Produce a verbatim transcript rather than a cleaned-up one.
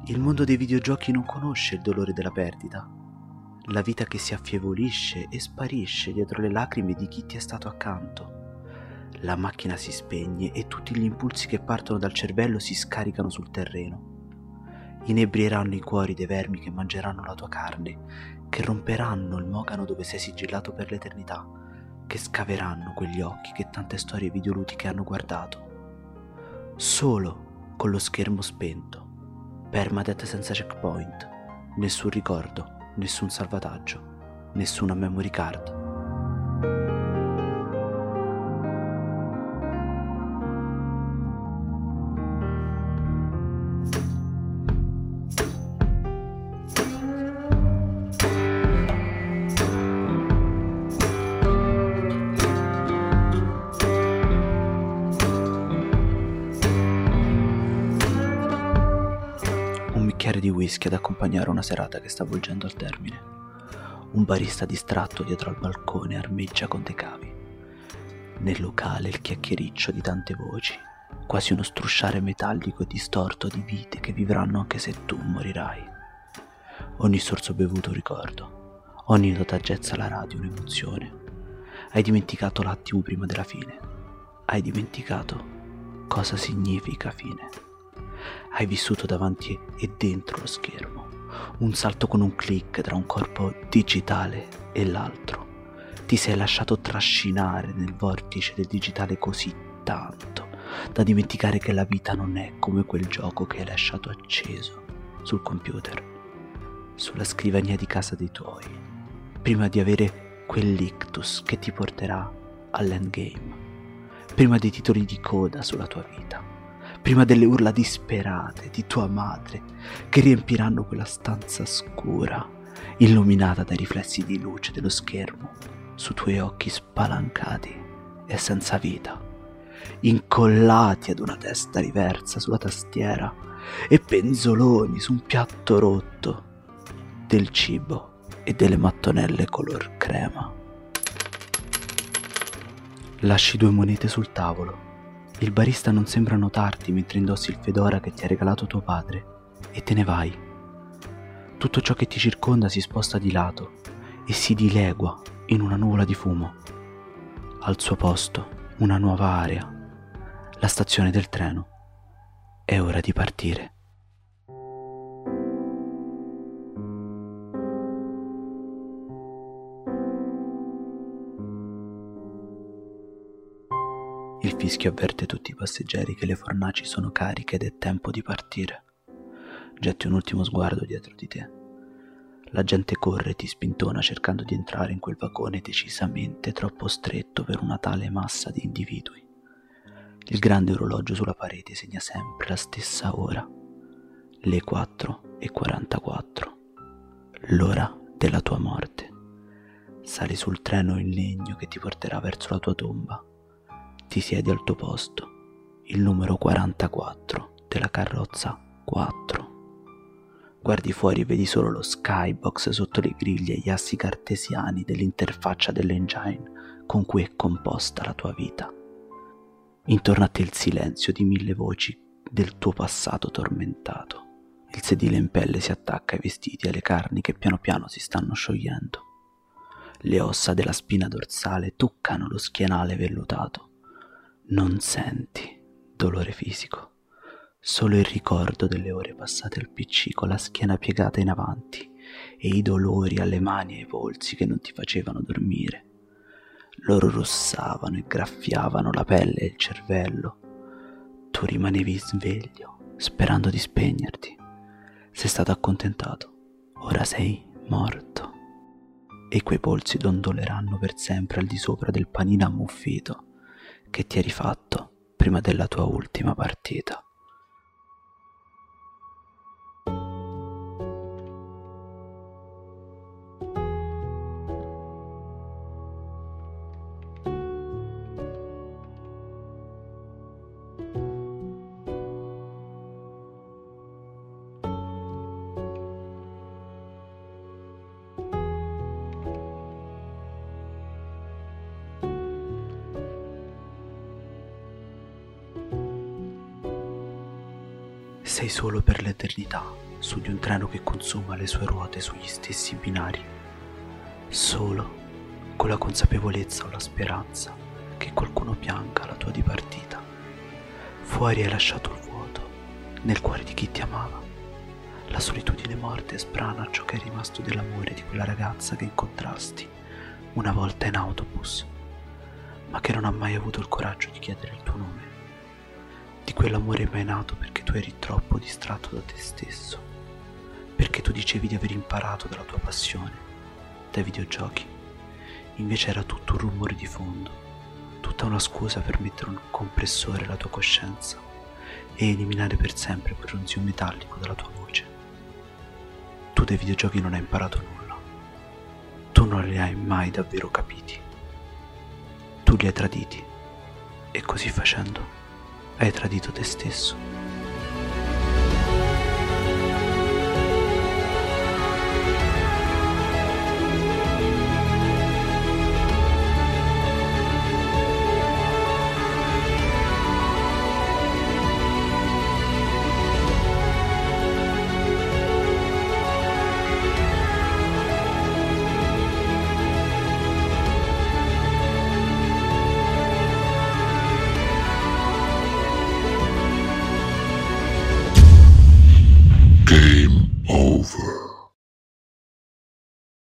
Il mondo dei videogiochi non conosce il dolore della perdita, la vita che si affievolisce e sparisce dietro le lacrime di chi ti è stato accanto. La macchina si spegne e tutti gli impulsi che partono dal cervello si scaricano sul terreno. Inebrieranno i cuori dei vermi che mangeranno la tua carne, che romperanno il mogano dove sei sigillato per l'eternità, che scaveranno quegli occhi che tante storie videolutiche hanno guardato. Solo con lo schermo spento, permadeath senza checkpoint, nessun ricordo, nessun salvataggio, nessuna memory card. Un bicchiere di whisky ad accompagnare una serata che sta volgendo al termine. Un barista distratto dietro al balcone armeggia con dei cavi. Nel locale il chiacchiericcio di tante voci, quasi uno strusciare metallico e distorto di vite che vivranno anche se tu morirai. Ogni sorso bevuto un ricordo, ogni nota jazz alla radio un'emozione. Hai dimenticato l'attimo prima della fine. Hai dimenticato cosa significa fine. Hai vissuto davanti e dentro lo schermo, un salto con un click tra un corpo digitale e l'altro. Ti sei lasciato trascinare nel vortice del digitale così tanto da dimenticare che la vita non è come quel gioco che hai lasciato acceso sul computer, sulla scrivania di casa dei tuoi, prima di avere quell'ictus che ti porterà all'endgame, prima dei titoli di coda sulla tua vita, prima delle urla disperate di tua madre che riempiranno quella stanza scura, illuminata dai riflessi di luce dello schermo su tuoi occhi spalancati e senza vita, incollati ad una testa riversa sulla tastiera e penzoloni su un piatto rotto del cibo e delle mattonelle color crema. Lasci due monete sul tavolo. Il barista non sembra notarti mentre indossi il fedora che ti ha regalato tuo padre e te ne vai. Tutto ciò che ti circonda si sposta di lato e si dilegua in una nuvola di fumo. Al suo posto una nuova area, la stazione del treno. È ora di partire. Il fischio avverte tutti i passeggeri che le fornaci sono cariche ed è tempo di partire. Getti un ultimo sguardo dietro di te. La gente corre e ti spintona cercando di entrare in quel vagone decisamente troppo stretto per una tale massa di individui. Il grande orologio sulla parete segna sempre la stessa ora, le quattro e quarantaquattro, l'ora della tua morte. Sali sul treno in legno che ti porterà verso la tua tomba. Ti siedi al tuo posto, il numero quarantaquattro della carrozza quattro. Guardi fuori e vedi solo lo skybox sotto le griglie e gli assi cartesiani dell'interfaccia dell'engine con cui è composta la tua vita. Intorno a te il silenzio di mille voci del tuo passato tormentato. Il sedile in pelle si attacca ai vestiti e alle carni che piano piano si stanno sciogliendo. Le ossa della spina dorsale toccano lo schienale vellutato. Non senti dolore fisico, solo il ricordo delle ore passate al P C con la schiena piegata in avanti e i dolori alle mani e ai polsi che non ti facevano dormire. Loro russavano e graffiavano la pelle e il cervello. Tu rimanevi sveglio, sperando di spegnerti. Sei stato accontentato, ora sei morto. E quei polsi dondoleranno per sempre al di sopra del panino ammuffito che ti eri fatto prima della tua ultima partita. Sei solo per l'eternità, su di un treno che consuma le sue ruote sugli stessi binari, solo con la consapevolezza o la speranza che qualcuno pianga la tua dipartita. Fuori hai lasciato il vuoto nel cuore di chi ti amava. La solitudine morte sbrana ciò che è rimasto dell'amore di quella ragazza che incontrasti una volta in autobus, ma che non ha mai avuto il coraggio di chiedere il tuo nome. Di quell'amore mai nato perché tu eri troppo distratto da te stesso, perché tu dicevi di aver imparato dalla tua passione, dai videogiochi. Invece era tutto un rumore di fondo, tutta una scusa per mettere un compressore alla tua coscienza e eliminare per sempre quel ronzio metallico dalla tua voce. Tu dai videogiochi non hai imparato nulla, tu non li hai mai davvero capiti, tu li hai traditi e così facendo hai tradito te stesso.